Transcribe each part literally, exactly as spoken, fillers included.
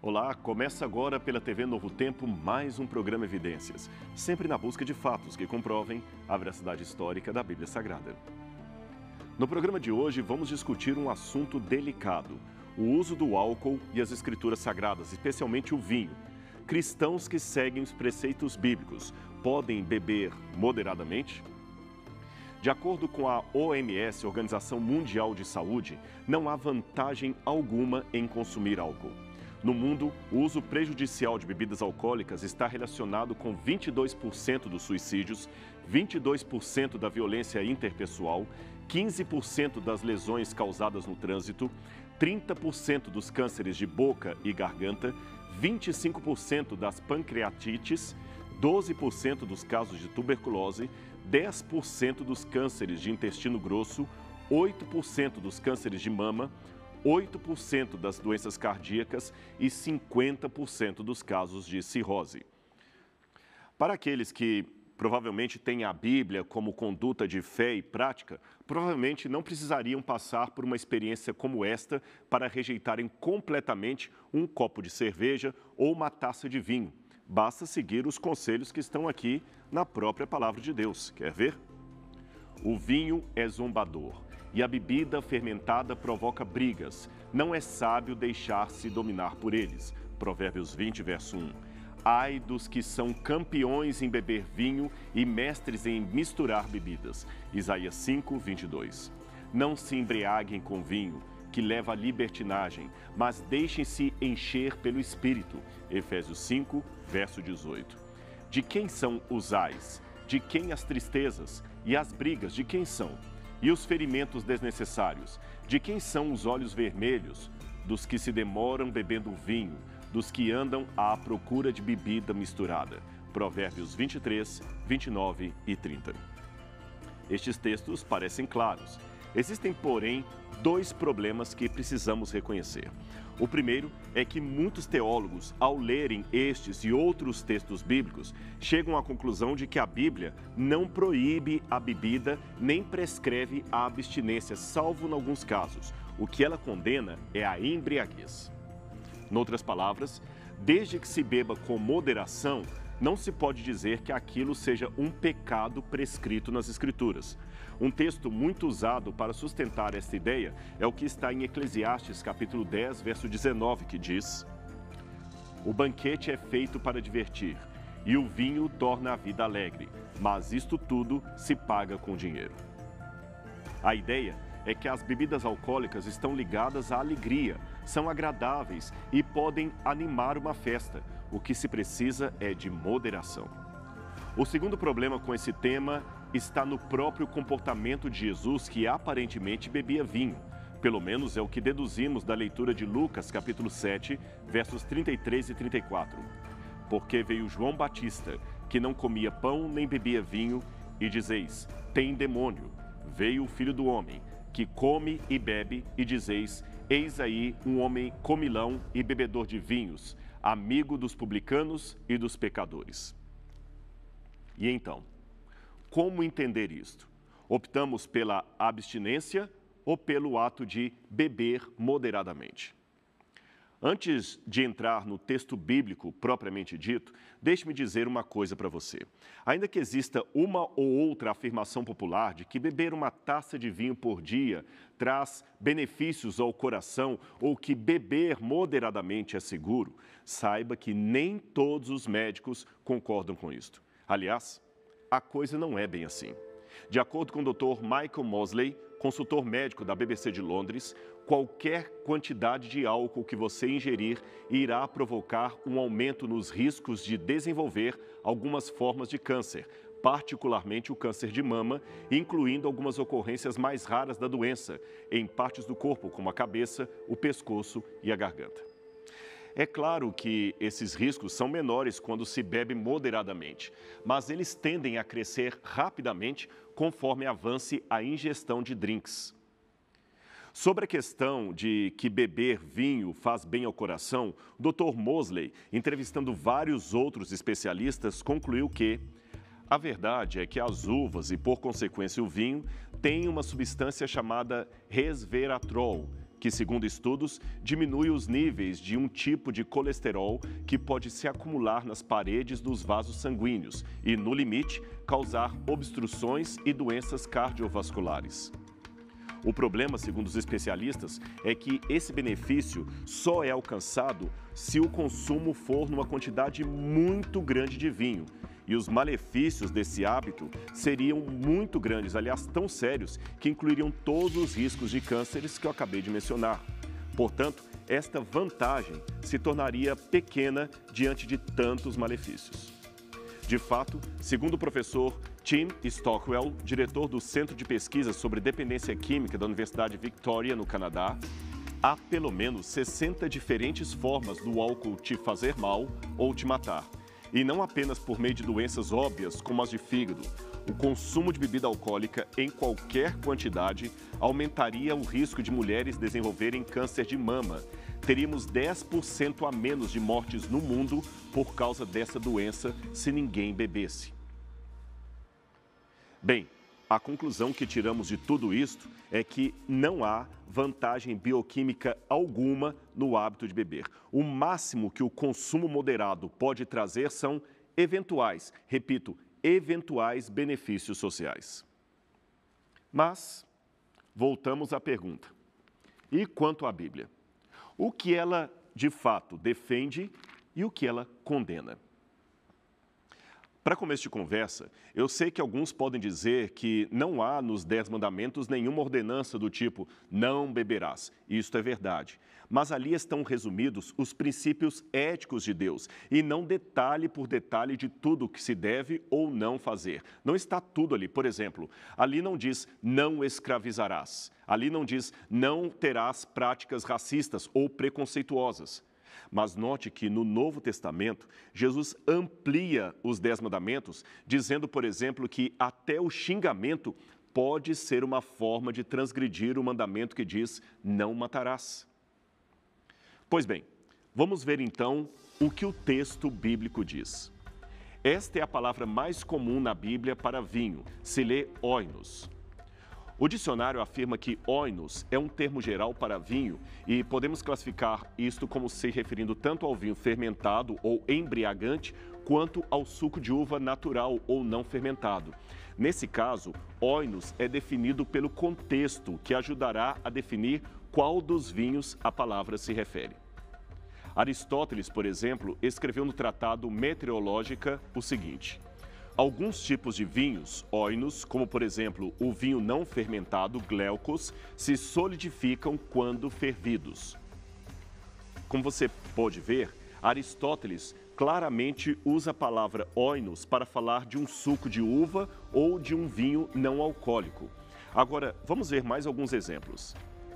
Olá, começa agora pela T V Novo Tempo mais um programa Evidências, sempre na busca de fatos que comprovem a veracidade histórica da Bíblia Sagrada. No programa de hoje vamos discutir um assunto delicado, o uso do álcool e as escrituras sagradas, especialmente o vinho. Cristãos que seguem os preceitos bíblicos podem beber moderadamente? De acordo com a O M S, Organização Mundial de Saúde, não há vantagem alguma em consumir álcool. No mundo, o uso prejudicial de bebidas alcoólicas está relacionado com vinte e dois por cento dos suicídios, vinte e dois por cento da violência interpessoal, quinze por cento das lesões causadas no trânsito, trinta por cento dos cânceres de boca e garganta, vinte e cinco por cento das pancreatites, doze por cento dos casos de tuberculose, dez por cento dos cânceres de intestino grosso, oito por cento dos cânceres de mama, oito por cento das doenças cardíacas e cinquenta por cento dos casos de cirrose. Para aqueles que provavelmente têm a Bíblia como conduta de fé e prática, provavelmente não precisariam passar por uma experiência como esta para rejeitarem completamente um copo de cerveja ou uma taça de vinho. Basta seguir os conselhos que estão aqui na própria Palavra de Deus. Quer ver? O vinho é zombador e a bebida fermentada provoca brigas. Não é sábio deixar-se dominar por eles. Provérbios vinte, verso um. Ai dos que são campeões em beber vinho e mestres em misturar bebidas. Isaías cinco, vinte e dois. Não se embriaguem com vinho, que leva à libertinagem, mas deixem-se encher pelo Espírito. Efésios cinco, verso dezoito. De quem são os ais? De quem as tristezas? E as brigas, de quem são? E os ferimentos desnecessários? De quem são os olhos vermelhos? Dos que se demoram bebendo vinho, dos que andam à procura de bebida misturada. Provérbios vinte e três, vinte e nove e trinta. Estes textos parecem claros. Existem, porém, dois problemas que precisamos reconhecer. O primeiro é que muitos teólogos, ao lerem estes e outros textos bíblicos, chegam à conclusão de que a Bíblia não proíbe a bebida nem prescreve a abstinência, salvo em alguns casos. O que ela condena é a embriaguez. Noutras palavras, desde que se beba com moderação, não se pode dizer que aquilo seja um pecado prescrito nas Escrituras. Um texto muito usado para sustentar esta ideia é o que está em Eclesiastes, capítulo dez, verso dezenove, que diz: O banquete é feito para divertir, e o vinho torna a vida alegre, mas isto tudo se paga com dinheiro. A ideia é que as bebidas alcoólicas estão ligadas à alegria, são agradáveis e podem animar uma festa. O que se precisa é de moderação. O segundo problema com esse tema está no próprio comportamento de Jesus, que aparentemente bebia vinho. Pelo menos é o que deduzimos da leitura de Lucas, capítulo sete, versos trinta e três e trinta e quatro. Porque veio João Batista, que não comia pão nem bebia vinho, e dizeis, tem demônio. Veio o Filho do Homem, que come e bebe, e dizeis, eis aí um homem comilão e bebedor de vinhos, amigo dos publicanos e dos pecadores. E então, como entender isto? Optamos pela abstinência ou pelo ato de beber moderadamente? Antes de entrar no texto bíblico propriamente dito, deixe-me dizer uma coisa para você. Ainda que exista uma ou outra afirmação popular de que beber uma taça de vinho por dia traz benefícios ao coração ou que beber moderadamente é seguro, saiba que nem todos os médicos concordam com isto. Aliás, a coisa não é bem assim. De acordo com o doutor Michael Mosley, consultor médico da B B C de Londres, qualquer quantidade de álcool que você ingerir irá provocar um aumento nos riscos de desenvolver algumas formas de câncer, particularmente o câncer de mama, incluindo algumas ocorrências mais raras da doença, em partes do corpo, como a cabeça, o pescoço e a garganta. É claro que esses riscos são menores quando se bebe moderadamente, mas eles tendem a crescer rapidamente conforme avance a ingestão de drinks. Sobre a questão de que beber vinho faz bem ao coração, o doutor Mosley, entrevistando vários outros especialistas, concluiu que a verdade é que as uvas e, por consequência, o vinho, têm uma substância chamada resveratrol, que que, segundo estudos, diminui os níveis de um tipo de colesterol que pode se acumular nas paredes dos vasos sanguíneos e, no limite, causar obstruções e doenças cardiovasculares. O problema, segundo os especialistas, é que esse benefício só é alcançado se o consumo for numa quantidade muito grande de vinho. E os malefícios desse hábito seriam muito grandes, aliás, tão sérios, que incluiriam todos os riscos de cânceres que eu acabei de mencionar. Portanto, esta vantagem se tornaria pequena diante de tantos malefícios. De fato, segundo o professor Tim Stockwell, diretor do Centro de Pesquisa sobre Dependência Química da Universidade Victoria, no Canadá, há pelo menos sessenta diferentes formas do álcool te fazer mal ou te matar. E não apenas por meio de doenças óbvias, como as de fígado. O consumo de bebida alcoólica em qualquer quantidade aumentaria o risco de mulheres desenvolverem câncer de mama. Teríamos dez por cento a menos de mortes no mundo por causa dessa doença se ninguém bebesse. Bem, a conclusão que tiramos de tudo isto é que não há vantagem bioquímica alguma no hábito de beber. O máximo que o consumo moderado pode trazer são eventuais, repito, eventuais benefícios sociais. Mas, voltamos à pergunta. E quanto à Bíblia? O que ela, de fato, defende e o que ela condena? Para começo de conversa, eu sei que alguns podem dizer que não há nos Dez Mandamentos nenhuma ordenança do tipo não beberás. Isto é verdade. Mas ali estão resumidos os princípios éticos de Deus e não detalhe por detalhe de tudo o que se deve ou não fazer. Não está tudo ali. Por exemplo, ali não diz não escravizarás. Ali não diz não terás práticas racistas ou preconceituosas. Mas note que no Novo Testamento, Jesus amplia os Dez Mandamentos, dizendo, por exemplo, que até o xingamento pode ser uma forma de transgredir o mandamento que diz não matarás. Pois bem, vamos ver então o que o texto bíblico diz. Esta é a palavra mais comum na Bíblia para vinho, se lê oinos. O dicionário afirma que oinos é um termo geral para vinho e podemos classificar isto como se referindo tanto ao vinho fermentado ou embriagante, quanto ao suco de uva natural ou não fermentado. Nesse caso, oinos é definido pelo contexto, que ajudará a definir qual dos vinhos a palavra se refere. Aristóteles, por exemplo, escreveu no Tratado Meteorológica o seguinte: alguns tipos de vinhos, oinos, como por exemplo o vinho não fermentado, glaucos, se solidificam quando fervidos. Como você pode ver, Aristóteles claramente usa a palavra oinos para falar de um suco de uva ou de um vinho não alcoólico. Agora, vamos ver mais alguns exemplos.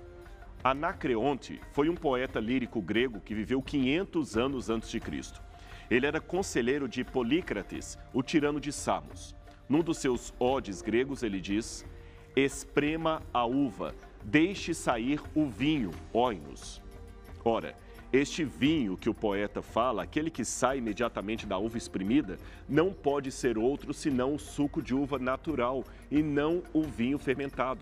Anacreonte foi um poeta lírico grego que viveu quinhentos anos antes de Cristo. Ele era conselheiro de Polícrates, o tirano de Samos. Num dos seus odes gregos, ele diz: esprema a uva, deixe sair o vinho, oinos. Ora, este vinho que o poeta fala, aquele que sai imediatamente da uva espremida, não pode ser outro senão o suco de uva natural e não o vinho fermentado.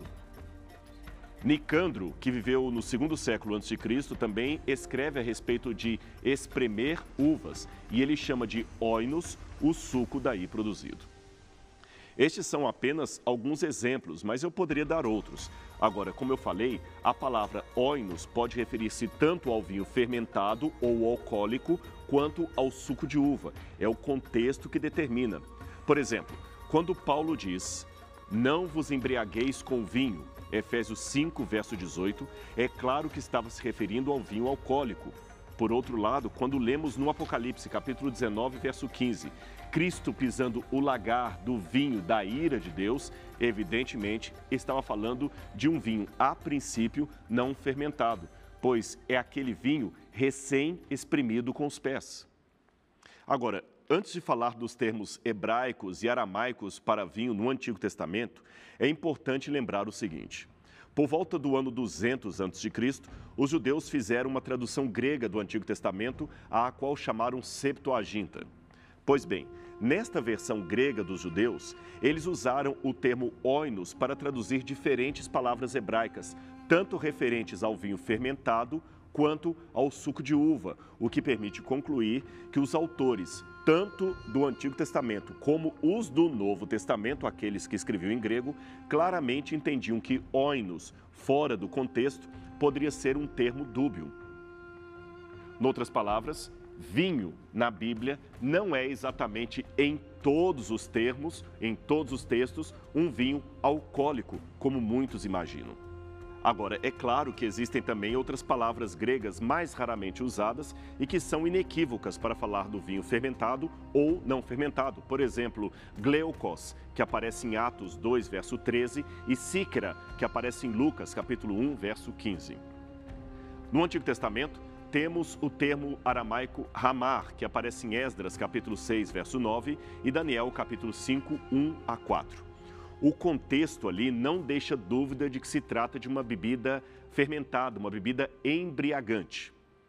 Nicandro, que viveu no segundo século antes de Cristo, também escreve a respeito de espremer uvas, e ele chama de oinos o suco daí produzido. Estes são apenas alguns exemplos, mas eu poderia dar outros. Agora, como eu falei, a palavra oinos pode referir-se tanto ao vinho fermentado ou alcoólico, quanto ao suco de uva. É o contexto que determina. Por exemplo, quando Paulo diz: não vos embriagueis com vinho, Efésios cinco, verso dezoito, é claro que estava se referindo ao vinho alcoólico. Por outro lado, quando lemos no Apocalipse, capítulo dezenove, verso quinze, Cristo pisando o lagar do vinho da ira de Deus, evidentemente estava falando de um vinho, a princípio, não fermentado, pois é aquele vinho recém-espremido com os pés. Agora, antes de falar dos termos hebraicos e aramaicos para vinho no Antigo Testamento, é importante lembrar o seguinte: por volta do ano duzentos antes de Cristo, os judeus fizeram uma tradução grega do Antigo Testamento, a qual chamaram Septuaginta. Pois bem, nesta versão grega dos judeus, eles usaram o termo oinos para traduzir diferentes palavras hebraicas, tanto referentes ao vinho fermentado quanto ao suco de uva, o que permite concluir que os autores, tanto do Antigo Testamento como os do Novo Testamento, aqueles que escreviam em grego, claramente entendiam que oinos, fora do contexto, poderia ser um termo dúbio. Em outras palavras, vinho na Bíblia não é exatamente em todos os termos, em todos os textos, um vinho alcoólico, como muitos imaginam. Agora, é claro que existem também outras palavras gregas mais raramente usadas e que são inequívocas para falar do vinho fermentado ou não fermentado. Por exemplo, gleukos, que aparece em Atos dois, verso treze, e síquera, que aparece em Lucas, capítulo um, verso quinze. No Antigo Testamento, temos o termo aramaico ramar, que aparece em Esdras, capítulo seis, verso nove, e Daniel, capítulo cinco, um a quatro. O contexto ali não deixa dúvida de que se trata de uma bebida fermentada, uma bebida embriagante.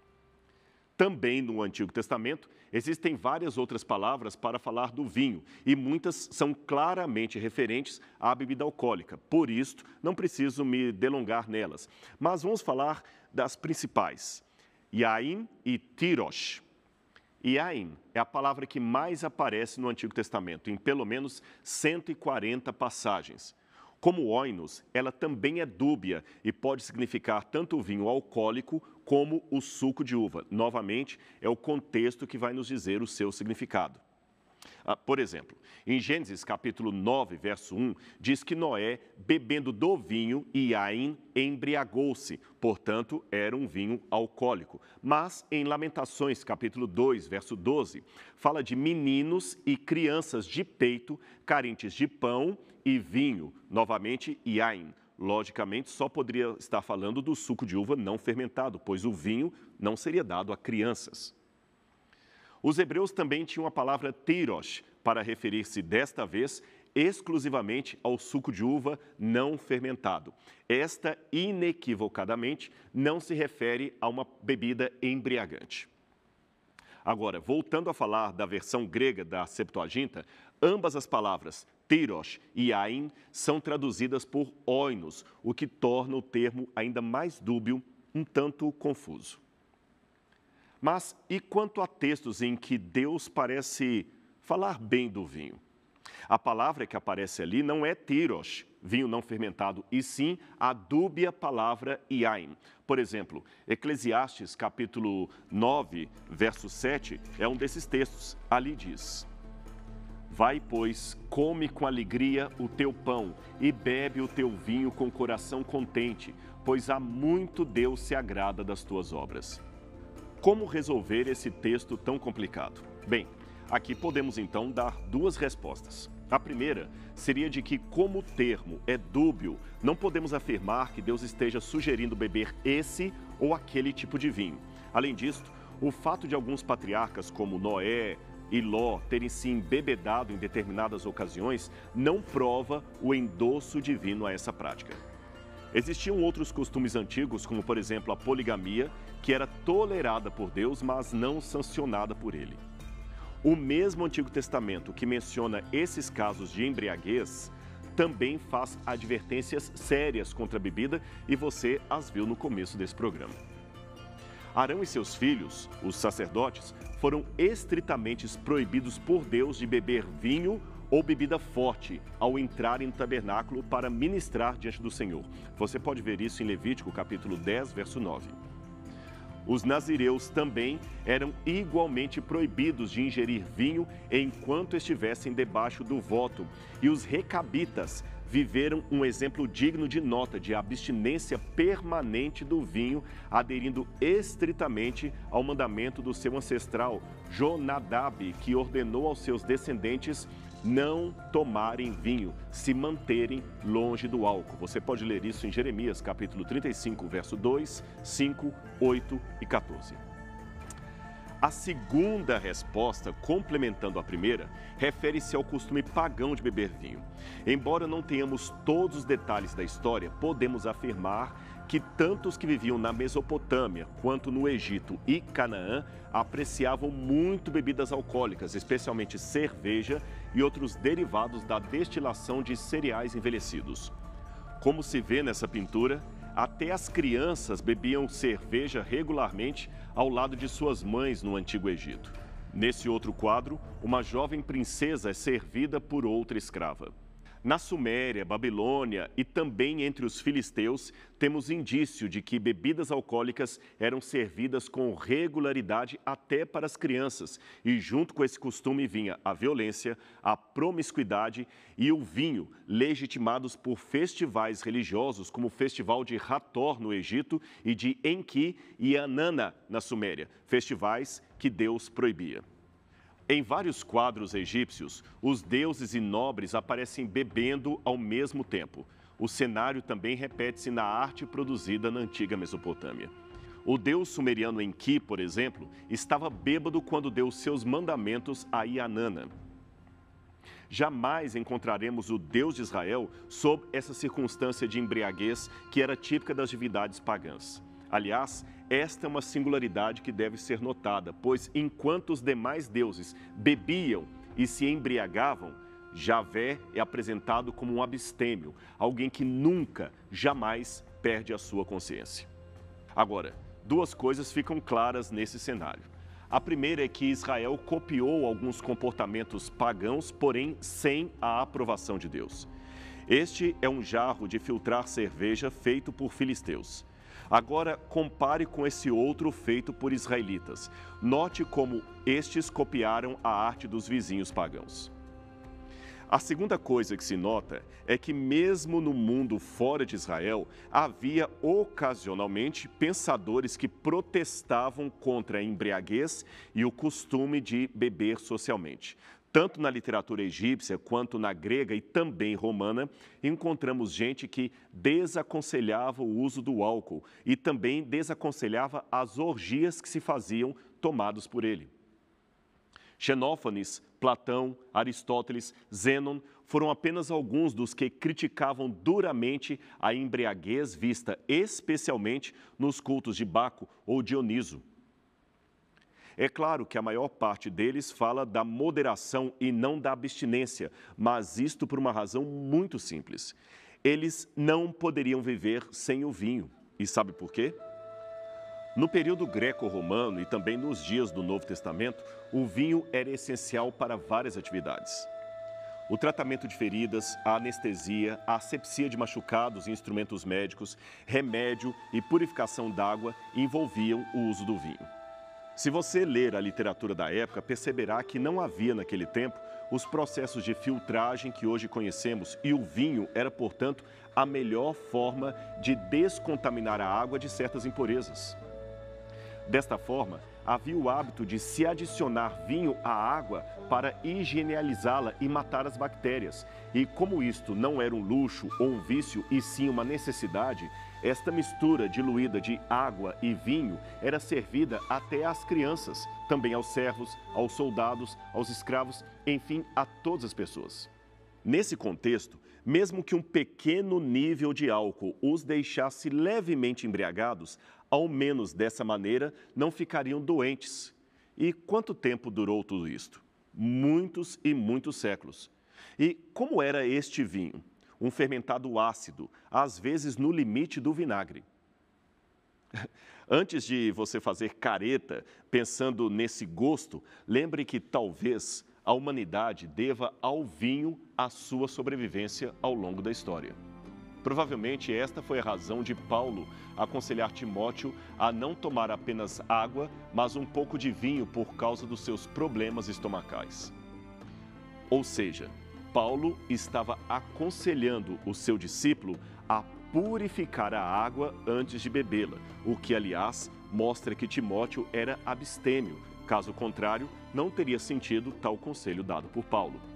Também no Antigo Testamento existem várias outras palavras para falar do vinho e muitas são claramente referentes à bebida alcoólica. Por isso, não preciso me delongar nelas, mas vamos falar das principais. Yain e tirosh. Yain é a palavra que mais aparece no Antigo Testamento, em pelo menos cento e quarenta passagens. Como oinos, ela também é dúbia e pode significar tanto o vinho alcoólico como o suco de uva. Novamente, é o contexto que vai nos dizer o seu significado. Ah, por exemplo, em Gênesis capítulo nove, verso um, diz que Noé, bebendo do vinho, Yain, embriagou-se, portanto, era um vinho alcoólico. Mas em Lamentações capítulo dois, verso doze, fala de meninos e crianças de peito, carentes de pão e vinho, novamente Yain. Logicamente, só poderia estar falando do suco de uva não fermentado, pois o vinho não seria dado a crianças. Os hebreus também tinham a palavra tirosh para referir-se desta vez exclusivamente ao suco de uva não fermentado. Esta, inequivocadamente, não se refere a uma bebida embriagante. Agora, voltando a falar da versão grega da Septuaginta, ambas as palavras tirosh e yain são traduzidas por oinos, o que torna o termo ainda mais dúbio, um tanto confuso. Mas e quanto a textos em que Deus parece falar bem do vinho? A palavra que aparece ali não é tirosh, vinho não fermentado, e sim a dúbia palavra yain. Por exemplo, Eclesiastes capítulo nove, verso sete, é um desses textos. Ali diz: vai, pois, come com alegria o teu pão e bebe o teu vinho com coração contente, pois há muito Deus se agrada das tuas obras. Como resolver esse texto tão complicado? Bem, aqui podemos então dar duas respostas. A primeira seria de que, como o termo é dúbio, não podemos afirmar que Deus esteja sugerindo beber esse ou aquele tipo de vinho. Além disso, o fato de alguns patriarcas como Noé e Ló terem se embebedado em determinadas ocasiões não prova o endosso divino a essa prática. Existiam outros costumes antigos, como por exemplo a poligamia, que era tolerada por Deus, mas não sancionada por ele. O mesmo Antigo Testamento que menciona esses casos de embriaguez também faz advertências sérias contra a bebida e você as viu no começo desse programa. Arão e seus filhos, os sacerdotes, foram estritamente proibidos por Deus de beber vinho ou bebida forte ao entrarem no tabernáculo para ministrar diante do Senhor. Você pode ver isso em Levítico capítulo dez, verso nove. Os nazireus também eram igualmente proibidos de ingerir vinho enquanto estivessem debaixo do voto. E os recabitas viveram um exemplo digno de nota de abstinência permanente do vinho, aderindo estritamente ao mandamento do seu ancestral Jonadab, que ordenou aos seus descendentes não tomarem vinho, se manterem longe do álcool. Você pode ler isso em Jeremias, capítulo trinta e cinco, verso dois, cinco, oito e quatorze. A segunda resposta, complementando a primeira, refere-se ao costume pagão de beber vinho. Embora não tenhamos todos os detalhes da história, podemos afirmar que tanto os que viviam na Mesopotâmia quanto no Egito e Canaã apreciavam muito bebidas alcoólicas, especialmente cerveja e outros derivados da destilação de cereais envelhecidos. Como se vê nessa pintura, até as crianças bebiam cerveja regularmente ao lado de suas mães no Antigo Egito. Nesse outro quadro, uma jovem princesa é servida por outra escrava. Na Suméria, Babilônia e também entre os filisteus, temos indício de que bebidas alcoólicas eram servidas com regularidade até para as crianças. E junto com esse costume vinha a violência, a promiscuidade e o vinho, legitimados por festivais religiosos, como o festival de Hathor no Egito e de Enki e Anana na Suméria, festivais que Deus proibia. Em vários quadros egípcios, os deuses e nobres aparecem bebendo ao mesmo tempo. O cenário também repete-se na arte produzida na antiga Mesopotâmia. O deus sumeriano Enki, por exemplo, estava bêbado quando deu seus mandamentos a Inanna. Jamais encontraremos o Deus de Israel sob essa circunstância de embriaguez que era típica das divindades pagãs. Aliás, esta é uma singularidade que deve ser notada, pois enquanto os demais deuses bebiam e se embriagavam, Javé é apresentado como um abstêmio, alguém que nunca, jamais perde a sua consciência. Agora, duas coisas ficam claras nesse cenário. A primeira é que Israel copiou alguns comportamentos pagãos, porém sem a aprovação de Deus. Este é um jarro de filtrar cerveja feito por filisteus. Agora, compare com esse outro feito por israelitas. Note como estes copiaram a arte dos vizinhos pagãos. A segunda coisa que se nota é que mesmo no mundo fora de Israel, havia ocasionalmente pensadores que protestavam contra a embriaguez e o costume de beber socialmente. Tanto na literatura egípcia quanto na grega e também romana, encontramos gente que desaconselhava o uso do álcool e também desaconselhava as orgias que se faziam tomados por ele. Xenófanes, Platão, Aristóteles, Zênon foram apenas alguns dos que criticavam duramente a embriaguez vista especialmente nos cultos de Baco ou Dioniso. É claro que a maior parte deles fala da moderação e não da abstinência, mas isto por uma razão muito simples. Eles não poderiam viver sem o vinho. E sabe por quê? No período greco-romano e também nos dias do Novo Testamento, o vinho era essencial para várias atividades. O tratamento de feridas, a anestesia, a asepsia de machucados e instrumentos médicos, remédio e purificação d'água envolviam o uso do vinho. Se você ler a literatura da época, perceberá que não havia naquele tempo os processos de filtragem que hoje conhecemos e o vinho era, portanto, a melhor forma de descontaminar a água de certas impurezas. Desta forma, havia o hábito de se adicionar vinho à água para higienizá-la e matar as bactérias. E como isto não era um luxo ou um vício, e sim uma necessidade, esta mistura diluída de água e vinho era servida até às crianças, também aos servos, aos soldados, aos escravos, enfim, a todas as pessoas. Nesse contexto, mesmo que um pequeno nível de álcool os deixasse levemente embriagados, ao menos dessa maneira não ficariam doentes. E quanto tempo durou tudo isto? Muitos e muitos séculos. E como era este vinho? Um fermentado ácido, às vezes no limite do vinagre. Antes de você fazer careta pensando nesse gosto, lembre que talvez a humanidade deva ao vinho a sua sobrevivência ao longo da história. Provavelmente esta foi a razão de Paulo aconselhar Timóteo a não tomar apenas água, mas um pouco de vinho por causa dos seus problemas estomacais. Ou seja, Paulo estava aconselhando o seu discípulo a purificar a água antes de bebê-la, o que, aliás, mostra que Timóteo era abstêmio. Caso contrário, não teria sentido tal conselho dado por Paulo.